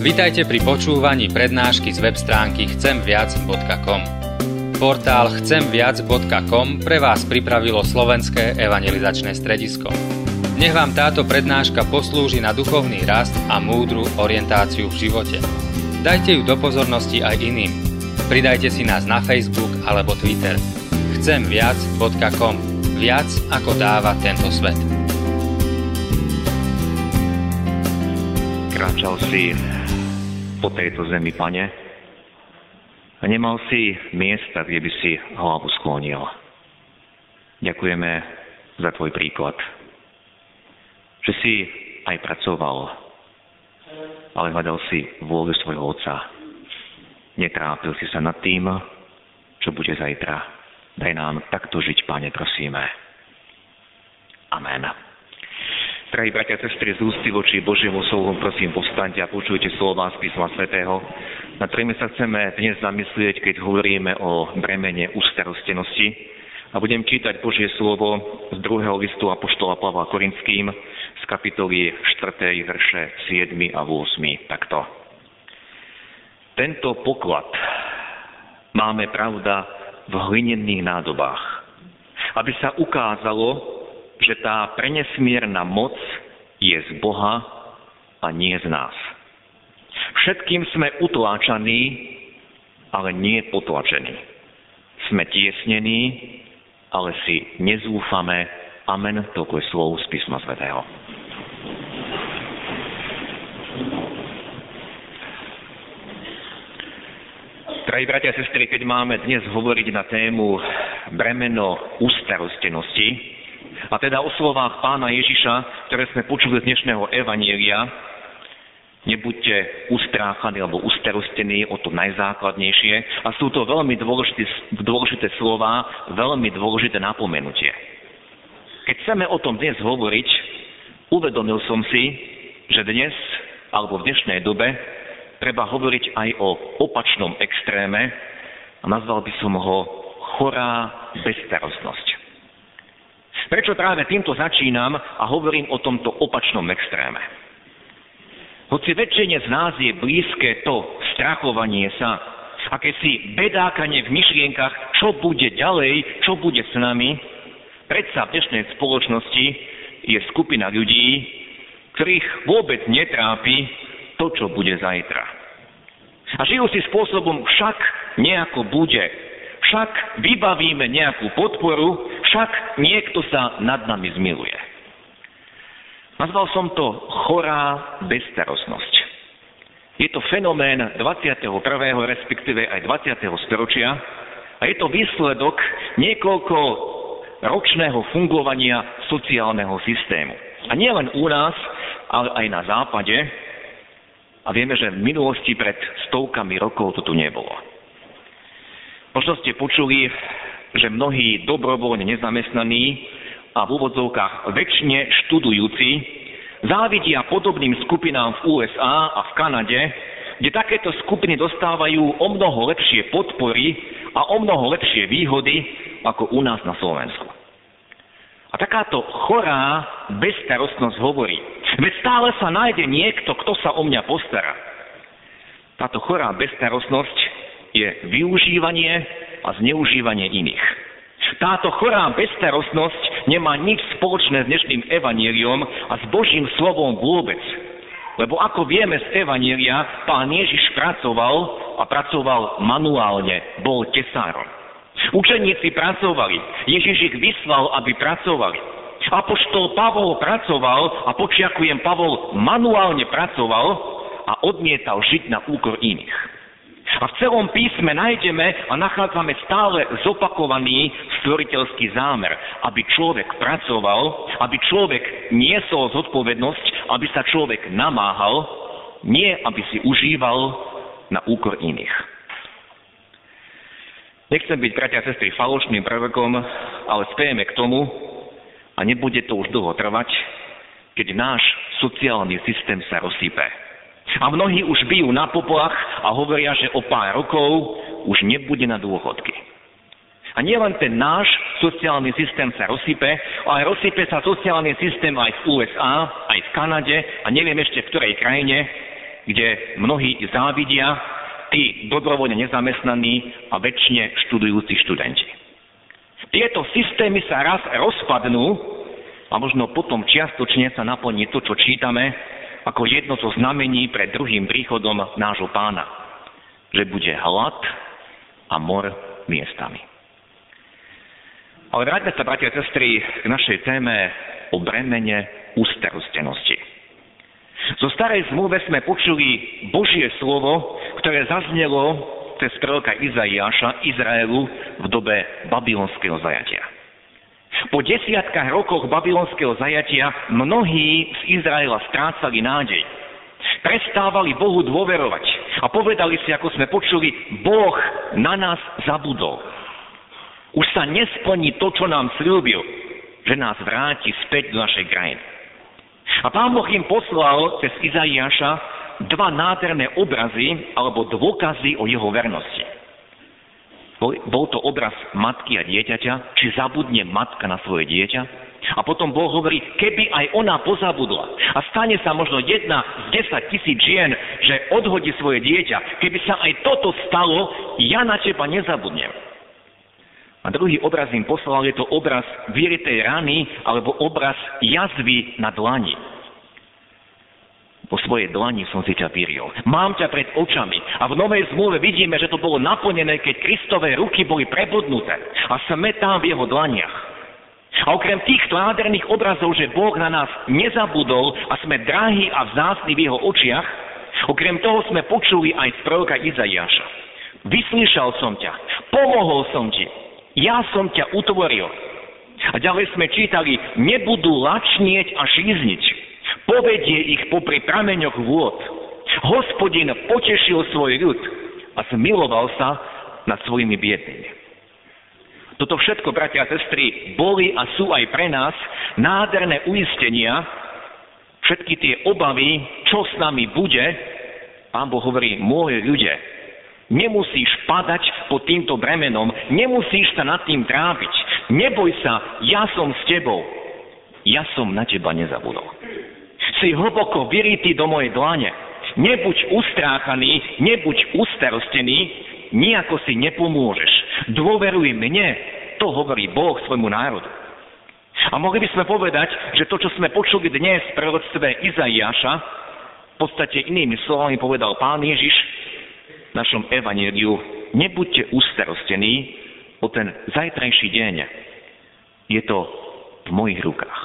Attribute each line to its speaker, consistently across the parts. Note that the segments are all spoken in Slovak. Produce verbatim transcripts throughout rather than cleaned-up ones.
Speaker 1: Vitajte pri počúvaní prednášky z web stránky chcem viac bodka com. Portál chcem viac bodka com pre vás pripravilo Slovenské evangelizačné stredisko. Nech vám táto prednáška poslúži na duchovný rast a múdru orientáciu v živote. Dajte ju do pozornosti aj iným. Pridajte si nás na Facebook alebo Twitter. chcem viac bodka com. Viac ako dáva tento svet.
Speaker 2: Kráčal si po tejto zemi, Pane, a nemal si miesta, kde by si hlavu sklonil. Ďakujeme za tvoj príklad, že si aj pracoval, ale hľadal si vôľu svojho Otca. Netrápil si sa nad tým, čo bude zajtra. Daj nám takto žiť, Pane, prosíme. Amen. Drahí bratia a sestry, z úcty voči Božiemu slovu, prosím, povstaňte a počujte slová z Písma svätého, nad ktorými sa chceme dnes zamyslieť, keď hovoríme o bremene ústarostenosti. A budem čítať Božie slovo z druhého listu apoštola Pavla Korinským z kapitoly štvrtej verše siedmy a ôsmy. Takto. Tento poklad máme, pravda, v hlinených nádobách, aby sa ukázalo, že tá prenesmierna moc je z Boha a nie z nás. Všetkým sme utláčaní, ale nie potlačení. Sme tiesnení, ale si nezúfame. Amen. Toľko je slov z Písma svätého. Drahí bratia a sestry, keď máme dnes hovoriť na tému bremeno ústarostenosti, a teda o slovách Pána Ježiša, ktoré sme počuli z dnešného evanjelia, nebuďte ustráchaní alebo ustarostení o to najzákladnejšie. A sú to veľmi dôležité, dôležité slová, veľmi dôležité napomenutie. Keď chceme o tom dnes hovoriť, uvedomil som si, že dnes, alebo v dnešnej dobe, treba hovoriť aj o opačnom extréme a nazval by som ho chorá bezstarostnosť. Prečo práve týmto začínam a hovorím o tomto opačnom extréme? Hoci väčšine z nás je blízke to strachovanie sa, akési bedákanie v myšlienkach, čo bude ďalej, čo bude s nami, predsa v dnešnej spoločnosti je skupina ľudí, ktorých vôbec netrápi to, čo bude zajtra. A žijú si spôsobom však nejako bude. Však vybavíme nejakú podporu, však niekto sa nad nami zmiluje. Nazval som to chorá bezstarostnosť. Je to fenomén dvadsiateho prvého respektíve aj dvadsiateho storočia a je to výsledok niekoľko ročného fungovania sociálneho systému. A nie len u nás, ale aj na západe. A vieme, že v minulosti pred stovkami rokov to tu nebolo. Možno ste počuli, že mnohí dobrovoľne nezamestnaní a v úvodzovkách väčšine študujúci závidia podobným skupinám v ú es á a v Kanade, kde takéto skupiny dostávajú o mnoho lepšie podpory a o mnoho lepšie výhody ako u nás na Slovensku. A takáto chorá bezstarostnosť hovorí, veď stále sa nájde niekto, kto sa o mňa postará. Táto chorá bezstarostnosť je využívanie a zneužívanie iných. Táto chorá bezstarostnosť nemá nič spoločné s dnešným evanjeliom a s Božím slovom vôbec. Lebo ako vieme z evanjelia, Pán Ježiš pracoval a pracoval manuálne, bol tesárom. Učeníci pracovali, Ježiš ich vyslal, aby pracovali. Apoštol Pavol pracoval a počiakujem, Pavol manuálne pracoval a odmietal žiť na úkor iných. A v celom písme nájdeme a nachádzame stále zopakovaný stvoriteľský zámer, aby človek pracoval, aby človek niesol zodpovednosť, aby sa človek namáhal, nie aby si užíval na úkor iných. Nechcem byť, bratia a sestry, falošným prorokom, ale spejeme k tomu, a nebude to už dlho trvať, keď náš sociálny systém sa rozsype. A mnohí už bijú na poplach a hovoria, že o pár rokov už nebude na dôchodky. A nielen ten náš sociálny systém sa rozsype, ale rozsype sa sociálny systém aj v ú es á, aj v Kanade a neviem ešte v ktorej krajine, kde mnohí závidia, tí dobrovoľne nezamestnaní a väčšine študujúci študenti. Tieto systémy sa raz rozpadnú a možno potom čiastočne sa naplní to, čo čítame, ako jedno zo znamení pred druhým príchodom nášho Pána. Že bude hlad a mor miestami. Ale vráťme sa, bratia a sestry, k našej téme o bremene ústarostenosti. Zo starej zmluve sme počuli Božie slovo, ktoré zaznelo cez proroka Izaiáša Izraelu v dobe babylonského zajatia. Po desiatkách rokoch babylonského zajatia mnohí z Izraela strácali nádej. Prestávali Bohu dôverovať a povedali si, ako sme počuli, Boh na nás zabudol. Už sa nesplní to, čo nám sľúbil, že nás vráti späť do našej krajiny. A Pán Boh im poslal cez Izaiáša dva nádherné obrazy alebo dôkazy o jeho vernosti. Bol, bol to obraz matky a dieťaťa, či zabudne matka na svoje dieťa. A potom Boh hovorí, keby aj ona pozabudla a stane sa možno jedna z desať tisíc žien, že odhodí svoje dieťa, keby sa aj toto stalo, ja na teba nezabudnem. A druhý obraz im poslal, je to obraz vyritej rany alebo obraz jazvy na dlani. Po svojej dlani som si ťa vyril. Mám ťa pred očami. A v Novej zmluve vidíme, že to bolo naplnené, keď Kristové ruky boli prebudnuté. A sme tam v jeho dlaniach. A okrem týchto nádherných obrazov, že Boh na nás nezabudol a sme drahí a vzácni v jeho očiach, okrem toho sme počuli aj z proroka Izaiáša. Vyslyšal som ťa, pomohol som ti, ja som ťa utvoril. A ďalej sme čítali, nebudú lačnieť a šízniť. Povedie ich popri prameňoch vôd. Hospodin potešil svoj ľud a zmiloval sa nad svojimi biednými. Toto všetko, bratia a sestry, boli a sú aj pre nás nádherné uistenia. Všetky tie obavy, čo s nami bude, Pán Boh hovorí, môj ľudia, nemusíš padať pod týmto bremenom, nemusíš sa nad tým trápiť. Neboj sa, ja som s tebou. Ja som na teba nezabudol. Si hlboko vyritý do mojej dlane. Nebuď ustráchaný, nebuď ustarostený, nijako si nepomôžeš. Dôveruj mne, to hovorí Boh svojmu národu. A mohli by sme povedať, že to, čo sme počuli dnes v proroctve Izaiáša, v podstate inými slovami povedal Pán Ježiš v našom evanjeliu, nebuďte ustarostení o ten zajtrajší deň. Je to v mojich rukách.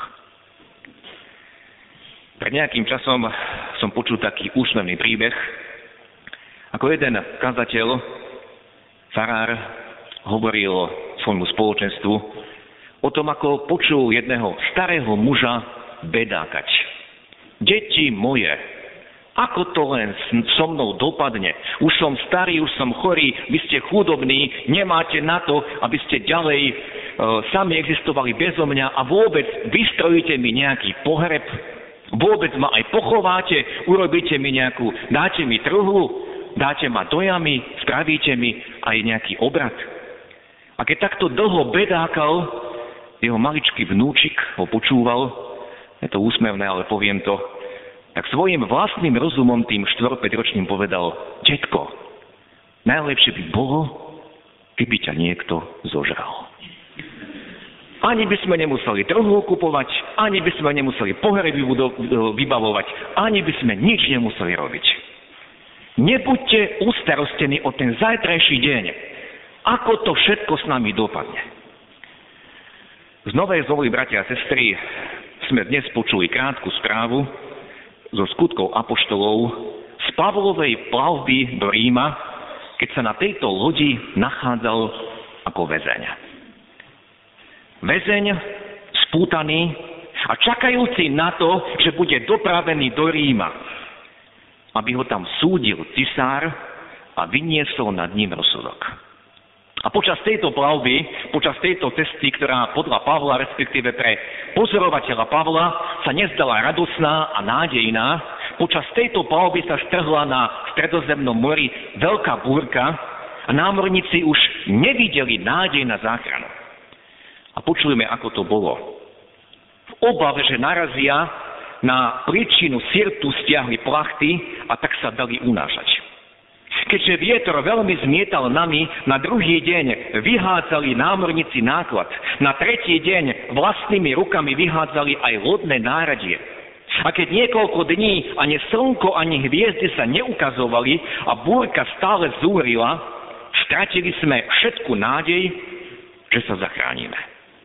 Speaker 2: Pred nejakým časom som počul taký úsmevný príbeh, ako jeden kazateľ, farár, hovoril svojmu spoločenstvu o tom, ako počul jedného starého muža bedákať. Deti moje, ako to len so mnou dopadne? Už som starý, už som chorý, vy ste chudobní, nemáte na to, aby ste ďalej e, sami existovali bezo mňa a vôbec vystrojíte mi nejaký pohreb, vôbec ma aj pochováte, urobíte mi nejakú, dáte mi trhlu, dáte ma do jamy, spravíte mi aj nejaký obrad. A keď takto dlho bedákal, jeho maličký vnúčik ho počúval, je to úsmevné, ale poviem to, tak svojim vlastným rozumom tým štvorpäťročným povedal, detko, najlepšie by bolo, keby ťa niekto zožral. Ani by sme nemuseli trhu kupovať, ani by sme nemuseli pohreby vybavovať, ani by sme nič nemuseli robiť. Nebuďte ustarostení o ten zajtrajší deň, ako to všetko s nami dopadne. Z Novej zmluvy, bratia a sestry, sme dnes počuli krátku správu zo skutkov apoštolov z Pavlovej plavby do Ríma, keď sa na tejto lodi nachádzal ako väzeň. Väzeň spútaný a čakajúci na to, že bude dopravený do Ríma, aby ho tam súdil cisár a vyniesol nad ním rozsudok. A počas tejto plavby, počas tejto cesty, ktorá podľa Pavla, respektíve pre pozorovateľa Pavla, sa nezdala radosná a nádejná, počas tejto plavby sa strhla na Stredozemnom mori veľká búrka a námorníci už nevideli nádej na záchranu. A počujeme, ako to bolo. V obave, že narazia na príčinu Sirtu stiahli plachty a tak sa dali unášať. Keďže vietor veľmi zmietal nami, na druhý deň vyhádzali námorníci náklad. Na tretí deň vlastnými rukami vyhádzali aj lodné náradie. A keď niekoľko dní ani slnko, ani hviezdy sa neukazovali a búrka stále zúrila, stratili sme všetku nádej, že sa zachránime.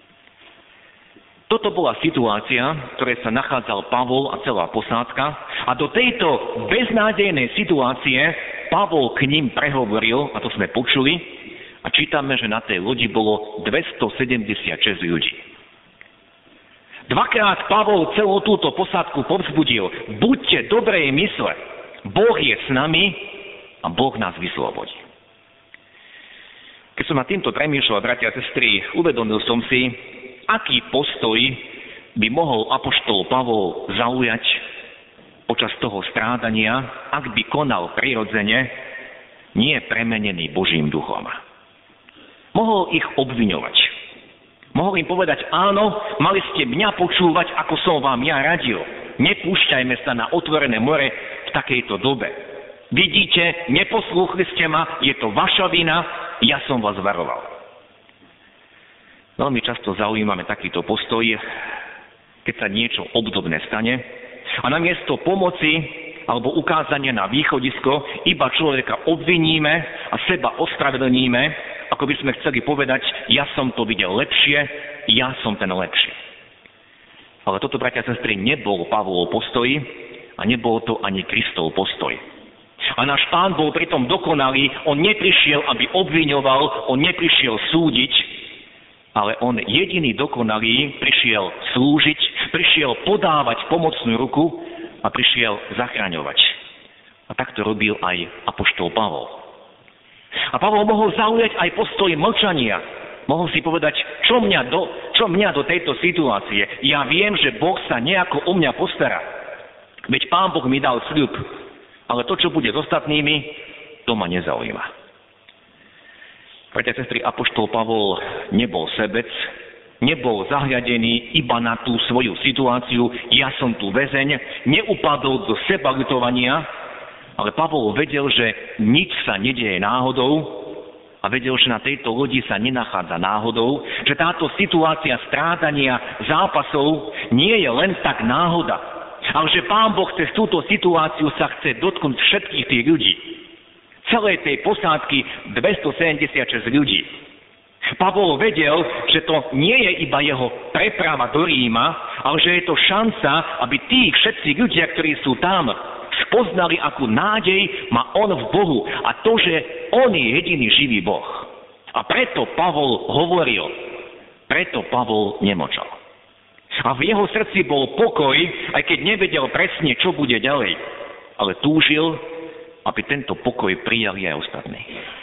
Speaker 2: Toto bola situácia, v ktorej sa nachádzal Pavol a celá posádka, a do tejto beznádejnej situácie Pavol k ním prehovoril, a to sme počuli, a čítame, že na tej lodi bolo dvestosedemdesiatšesť ľudí. Dvakrát Pavol celú túto posádku povzbudil: buďte dobrej mysle, Boh je s nami a Boh nás vyslobodí. Keď som nad týmto premýšľal, bratia a sestry, uvedomil som si, aký postoj by mohol apoštol Pavol zaujať počas toho strádania, ak by konal prirodzene, nie premenený Božím duchom. Mohol ich obviňovať. Mohol im povedať: áno, mali ste mňa počúvať, ako som vám ja radil. Nepúšťajme sa na otvorené more v takejto dobe. Vidíte, neposlúchli ste ma, je to vaša vina, ja som vás varoval. Veľmi často zaujímame takýto postoj, keď sa niečo obdobné stane, a namiesto pomoci alebo ukázania na východisko iba človeka obviníme a seba ospravedlníme, ako by sme chceli povedať: ja som to videl lepšie, ja som ten lepší. Ale toto, bratia a sestry, nebol Pavlov postoj a nebol to ani Kristov postoj. A náš Pán bol pritom dokonalý, on neprišiel, aby obviňoval, on neprišiel súdiť, ale on jediný dokonalý prišiel slúžiť, prišiel podávať pomocnú ruku a prišiel zachraňovať. A tak to robil aj apoštol Pavol. A Pavol mohol zaujať aj postoj mlčania. Mohol si povedať: čo mňa, do, čo mňa do tejto situácie? Ja viem, že Boh sa nejako o mňa postará. Veď Pán Boh mi dal sľub. Ale to, čo bude s ostatnými, to ma nezaujíma. Bratia a sestry, apoštol Pavol nebol sebec, nebol zahľadený iba na tú svoju situáciu: ja som tu väzeň, neupadol do sebaľutovania, ale Pavol vedel, že nič sa nedieje náhodou a vedel, že na tejto lodi sa nenachádza náhodou, že táto situácia strádania, zápasov nie je len tak náhoda, ale že Pán Boh cez túto situáciu sa chce dotknúť všetkých tých ľudí. Celej tej posádky dvestosedemdesiatšesť ľudí. Pavol vedel, že to nie je iba jeho preprava do Ríma, ale že je to šanca, aby tí všetci ľudia, ktorí sú tam, spoznali, akú nádej má on v Bohu a to, že on je jediný živý Boh. A preto Pavol hovoril, preto Pavol nemočal. A v jeho srdci bol pokoj, aj keď nevedel presne, čo bude ďalej. Ale túžil, aby tento pokoj prijali aj ostatní.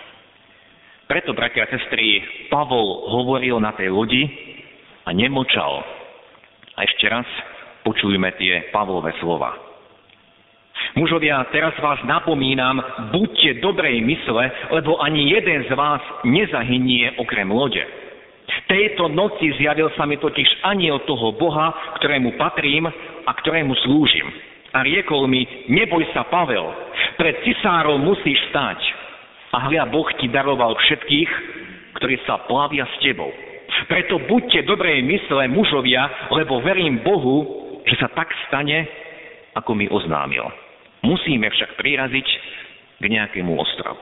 Speaker 2: Preto, bratia a sestry, Pavol hovoril na tej lodi a nemočal. A ešte raz počujme tie Pavlové slova. Mužovia, teraz vás napomínam, buďte dobrej mysle, lebo ani jeden z vás nezahynie okrem lode. Tejto noci zjavil sa mi totiž aniel toho Boha, ktorému patrím a ktorému slúžim. A riekol mi: neboj sa, Pavel, pred cisárom musíš stáť. A hľa, Boh ti daroval všetkých, ktorí sa plavia s tebou. Preto buďte dobrej mysle, mužovia, lebo verím Bohu, že sa tak stane, ako mi oznámil. Musíme však priraziť k nejakému ostrovu.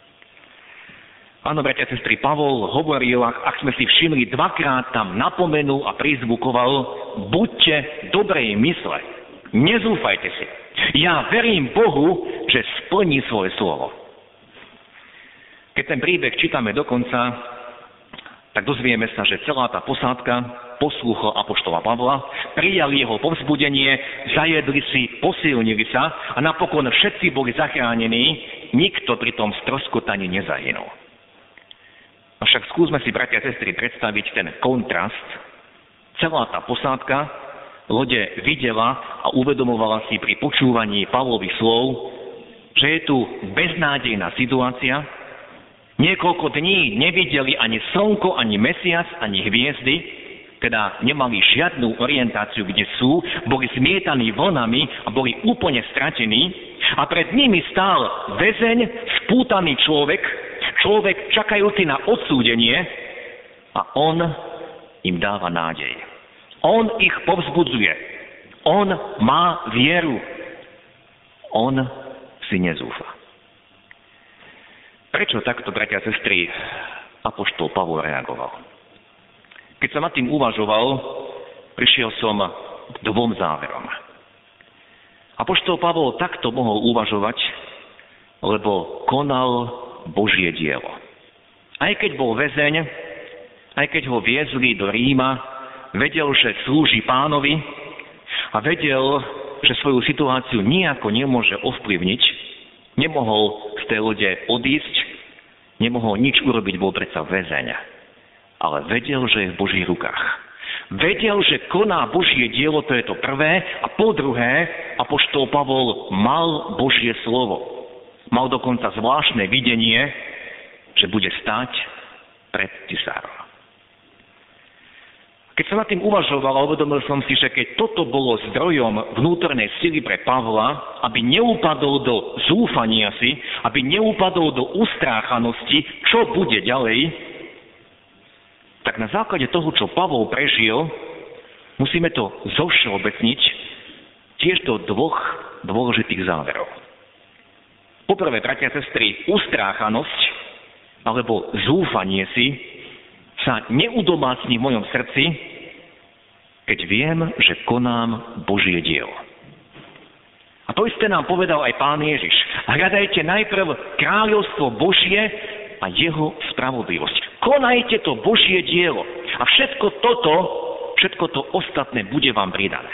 Speaker 2: Áno, bratia a sestry, Pavol hovoril, ak sme si všimli, dvakrát tam napomenul a prizvukoval: buďte dobrej mysle, nezúfajte si. Ja verím Bohu, že splní svoje slovo. Keď ten príbeh čítame do konca, tak dozvieme sa, že celá tá posádka poslúchla apoštola Pavla, prijali jeho povzbudenie, zajedli si, posilnili sa a napokon všetci boli zachránení, nikto pri tom stroskotaní nezahynul. Avšak skúsme si, bratia a sestry, predstaviť ten kontrast. Celá tá posádka lode videla a uvedomovala si pri počúvaní Pavlových slov, že je tu beznádejná situácia. Niekoľko dní nevideli ani slnko, ani mesiac, ani hviezdy teda nemali žiadnu orientáciu, kde sú, boli zmietaní vlnami a boli úplne stratení a pred nimi stál väzeň, spútaný človek, človek čakajúci na odsúdenie a on im dáva nádej. On ich povzbudzuje. On má vieru. On si nezúfa. Prečo takto, bratia a sestry, apoštol Pavol reagoval? Keď som nad tým uvažoval, prišiel som k dvom záverom. Apoštol Pavol takto mohol uvažovať, lebo konal Božie dielo. Aj keď bol väzeň, aj keď ho viezli do Ríma, vedel, že slúži Pánovi a vedel, že svoju situáciu nijako nemôže ovplyvniť, nemohol z tej lode odísť, nemohol nič urobiť, bol predsa väzeň. Ale vedel, že je v Božích rukách. Vedel, že koná Božie dielo, to je to prvé, a po druhé, apoštol Pavol mal Božie slovo. Mal dokonca zvláštne videnie, že bude stáť pred cisárom. Keď som nad tým uvažoval, uvedomil som si, že keď toto bolo zdrojom vnútornej sily pre Pavla, aby neupadol do zúfania si, aby neupadol do ustráchanosti, čo bude ďalej, tak na základe toho, čo Pavol prežil, musíme to zovšeobecniť tiež do dvoch dôležitých záverov. Poprvé, bratia a sestry, ustráchanosť alebo zúfanie si sa neudomácni v mojom srdci, keď viem, že konám Božie dielo. A to isté nám povedal aj Pán Ježiš. Hľadajte najprv kráľovstvo Božie a jeho spravodlivosť. Konajte to Božie dielo. A všetko toto, všetko to ostatné bude vám pridané.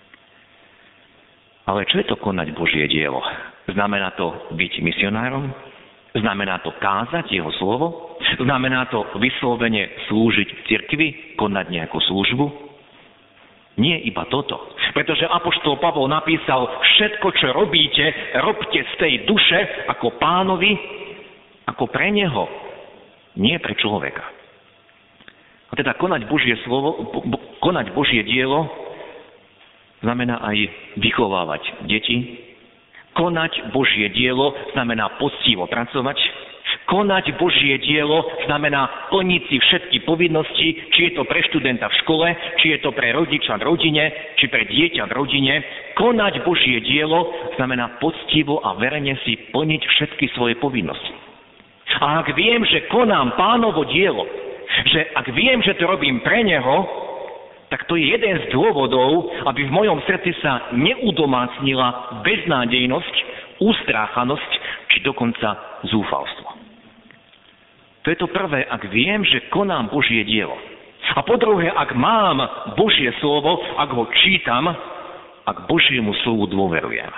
Speaker 2: Ale čo je to konať Božie dielo? Znamená to byť misionárom? Znamená to kázať jeho slovo? Znamená to vyslovene slúžiť cirkvi? Konať nejakú službu? Nie iba toto. Pretože apoštol Pavol napísal, všetko, čo robíte, robte z tej duše ako Pánovi, ako pre neho, nie pre človeka. A teda konať Božie slovo, konať Božie dielo znamená aj vychovávať deti. Konať Božie dielo znamená poctivo pracovať. Konať Božie dielo znamená plniť si všetky povinnosti, či je to pre študenta v škole, či je to pre rodiča v rodine, či pre dieťa v rodine. Konať Božie dielo znamená poctivo a verne si plniť všetky svoje povinnosti. A ak viem, že konám Pánovo dielo, že ak viem, že to robím pre Neho, tak to je jeden z dôvodov, aby v mojom srdci sa neudomácnila beznádejnosť, ustráchanosť, či dokonca zúfalstvo. To je to prvé, ak viem, že konám Božie dielo. A po druhé, ak mám Božie slovo, ak ho čítam, ak Božiemu slovu dôverujem.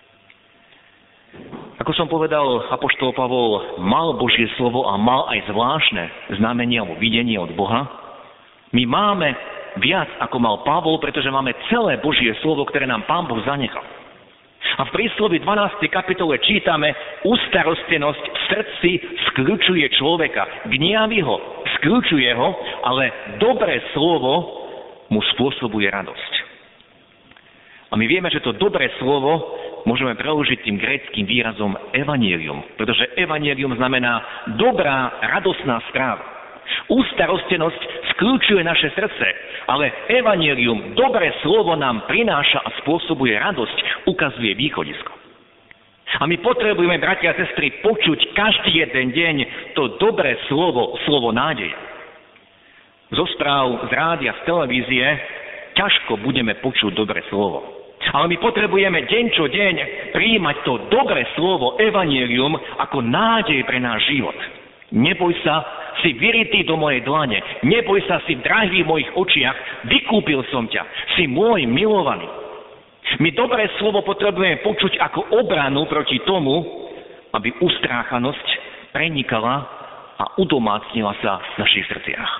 Speaker 2: Ako som povedal, apoštol Pavol mal Božie slovo a mal aj zvláštne znamenie alebo videnie od Boha. My máme viac, ako mal Pavol, pretože máme celé Božie slovo, ktoré nám Pán Boh zanechal. A v prísloví dvanástej kapitole čítame, ústarostenosť v srdci skľučuje človeka. Gniavy ho, skľučuje ho, ale dobré slovo mu spôsobuje radosť. A my vieme, že to dobré slovo môžeme preložiť tým gréckym výrazom evanjelium, pretože evanjelium znamená dobrá, radosná správa. Ústarostenosť skľučuje naše srdce, ale evanjelium, dobré slovo nám prináša a spôsobuje radosť, ukazuje východisko. A my potrebujeme, bratia a sestry, počuť každý jeden deň to dobré slovo, slovo nádeje. Zo správ, z rádia, z televízie ťažko budeme počuť dobré slovo. Ale my potrebujeme deň čo deň prijímať to dobré slovo, evanjelium, ako nádej pre náš život. Neboj sa, si vyritý do mojej dlane. Neboj sa, si drahý v mojich očiach. Vykúpil som ťa. Si môj milovaný. My dobré slovo potrebujeme počuť ako obranu proti tomu, aby ustráchanosť prenikala a udomácnila sa v našich srdciach.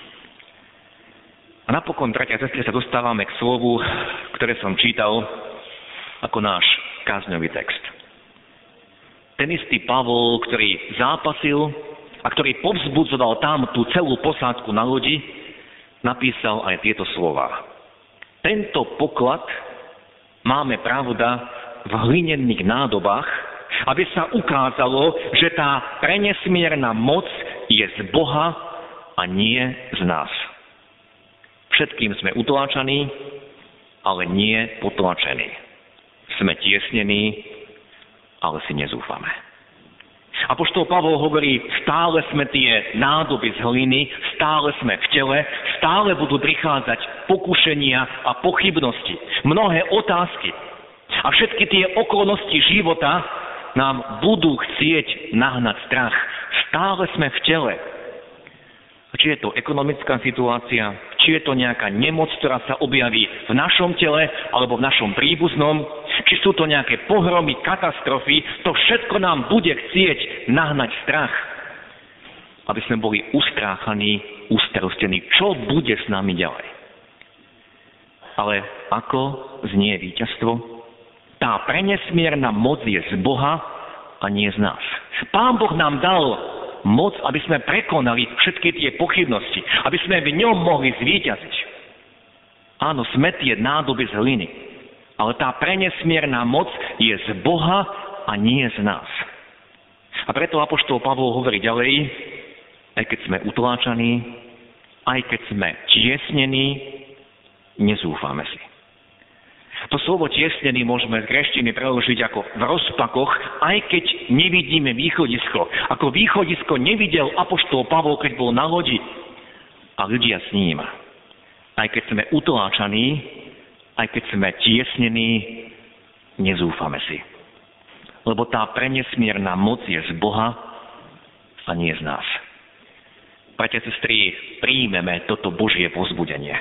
Speaker 2: A napokon, bratia a sestry, sa dostávame k slovu, ktoré som čítal ako náš kázňový text. Ten istý Pavol, ktorý zápasil a ktorý povzbudzoval tam tú celú posádku na lodi, napísal aj tieto slova. Tento poklad máme, pravda, v hlinených nádobách, aby sa ukázalo, že tá prenesmierna moc je z Boha a nie z nás. Všetkým sme utláčaní, ale nie potlačení. Sme tiesnení, ale si nezúfame. Apoštol Pavol hovorí, stále sme tie nádoby z hliny, stále sme v tele, stále budú prichádzať pokušenia a pochybnosti, mnohé otázky. A všetky tie okolnosti života nám budú chcieť nahnať strach. Stále sme v tele. Či je to ekonomická situácia, či je to nejaká nemoc, ktorá sa objaví v našom tele alebo v našom príbuznom, či sú to nejaké pohromy, katastrofy, to všetko nám bude chcieť nahnať strach. Aby sme boli ustráchaní, ustarostení, čo bude s nami ďalej. Ale ako znie víťazstvo? Tá prenesmierna moc je z Boha a nie z nás. Pán Boh nám dal moc, aby sme prekonali všetky tie pochybnosti, aby sme v ňom mohli zvíťaziť. Áno, sme tie nádoby z hliny, ale tá prenesmierna moc je z Boha a nie z nás. A preto apoštol Pavol hovorí ďalej, aj keď sme utláčaní, aj keď sme tiesnení, nezúfame si. To slovo tiesnený môžeme z gréštiny preložiť ako v rozpakoch, aj keď nevidíme východisko. Ako východisko nevidel apoštol Pavol, keď bol na lodi a ľudia s ním. Aj keď sme utláčaní, aj keď sme tiesnení, nezúfame si. Lebo tá prenesmierna moc je z Boha a nie z nás. Bratia, sestry, príjmeme toto Božie povzbudenie.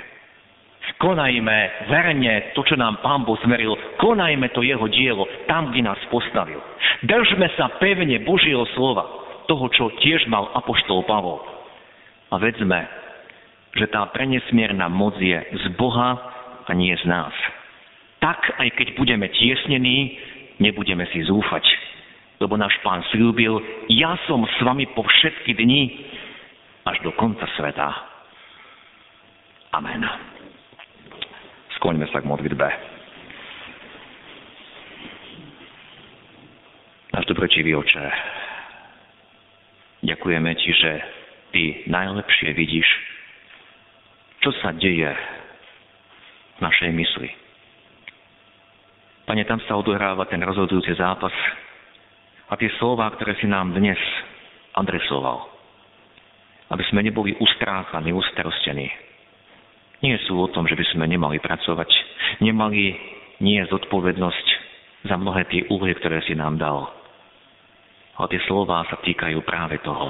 Speaker 2: Konajme verne to, čo nám Pán Boh zmeril. Konajme to jeho dielo tam, kde nás postavil. Držme sa pevne Božieho slova, toho, čo tiež mal apoštol Pavol. A vedzme, že tá prenesmierna moc je z Boha a nie z nás. Tak, aj keď budeme tiesnení, nebudeme si zúfať. Lebo náš Pán sľúbil, ja som s vami po všetky dni až do konca sveta. Amen. Skloňme sa k modlitbe. Náš dobrečivý Oče, ďakujeme Ti, že Ty najlepšie vidíš, čo sa deje v našej mysli. Pane, tam sa odohráva ten rozhodujúci zápas a tie slová, ktoré si nám dnes adresoval, aby sme neboli ustráchaní, ustarostení, nie sú o tom, že by sme nemali pracovať, nemali nie zodpovednosť za mnohé tie úlohy, ktoré si nám dal. Ale tie slová sa týkajú práve toho,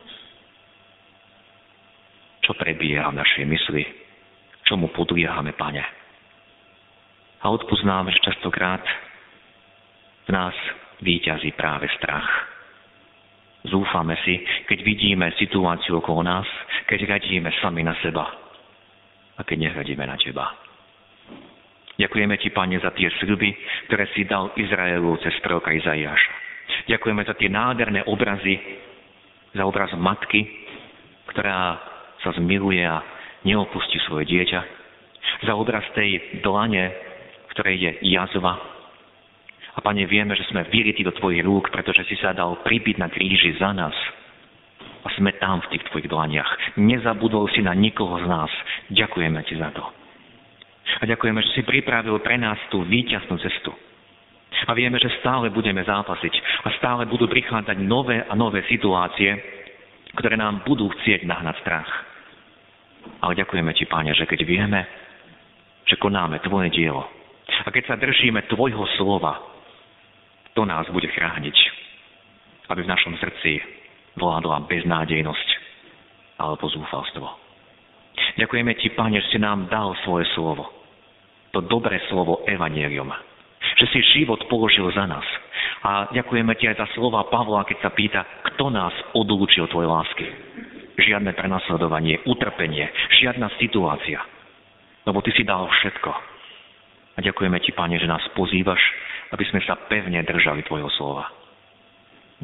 Speaker 2: čo prebieha v našej mysli, čomu podliehame, Pane. A odpoznáme, že častokrát v nás víťazí práve strach. Zúfame si, keď vidíme situáciu okolo nás, keď radíme sami na seba a keď nehľadíme na Teba. Ďakujeme Ti, Pane, za tie sľuby, ktoré si dal Izraelu cez proroka Izaiáša. Ďakujeme za tie nádherné obrazy, za obraz matky, ktorá sa zmiluje a neopustí svoje dieťa, za obraz tej dlane, v ktorej je jazva. A Pane, vieme, že sme vyrití do Tvojich rúk, pretože si sa dal pribiť na kríži za nás. A sme tam v tých Tvojich dlaniach. Nezabudol si na nikoho z nás. Ďakujeme Ti za to. A ďakujeme, že si pripravil pre nás tú víťaznú cestu. A vieme, že stále budeme zápasiť a stále budú prichádzať nové a nové situácie, ktoré nám budú chcieť nahnať strach. Ale ďakujeme Ti, Pane, že keď vieme, že konáme Tvoje dielo a keď sa držíme Tvojho slova, to nás bude chrániť, aby v našom srdci vládla beznádejnosť alebo zúfalstvo. Ďakujeme Ti, Pane, že si nám dal svoje slovo. To dobré slovo evanjelium. Že si život položil za nás. A ďakujeme Ti aj za slova Pavla, keď sa pýta, kto nás odlúčil Tvojej lásky. Žiadne prenasledovanie, utrpenie, žiadna situácia. Lebo Ty si dal všetko. A ďakujeme Ti, Pane, že nás pozývaš, aby sme sa pevne držali Tvojho slova.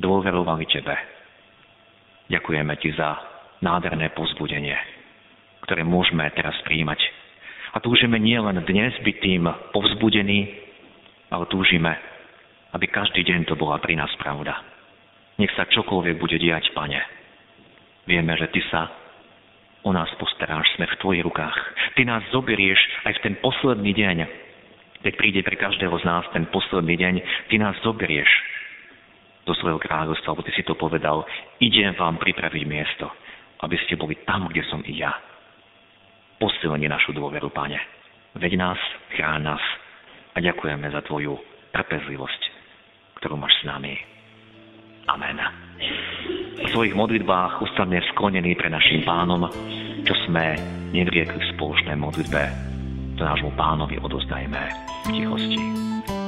Speaker 2: Dôverovali Tebe. Ďakujeme Ti za nádherné povzbudenie, ktoré môžeme teraz prijímať. A túžime nielen dnes byť tým povzbudení, ale túžime, aby každý deň to bola pri nás pravda. Nech sa čokoľvek bude diať, Pane. Vieme, že Ty sa o nás postaráš, sme v Tvojich rukách. Ty nás zoberieš aj v ten posledný deň. Keď príde pre každého z nás ten posledný deň, Ty nás zoberieš do svojho kráľovstva, lebo Ty si to povedal, idem vám pripraviť miesto, aby ste boli tam, kde som i ja. Posilni našu dôveru, Pane. Veď nás, chráň nás a ďakujeme za Tvoju trpezlivosť, ktorú máš s nami. Amen. V svojich modlitbách ustavne sklonení pre našim Pánom, čo sme nevriekli v spoločnej modlitbe, to nášmu Pánovi odozdajme v tichosti.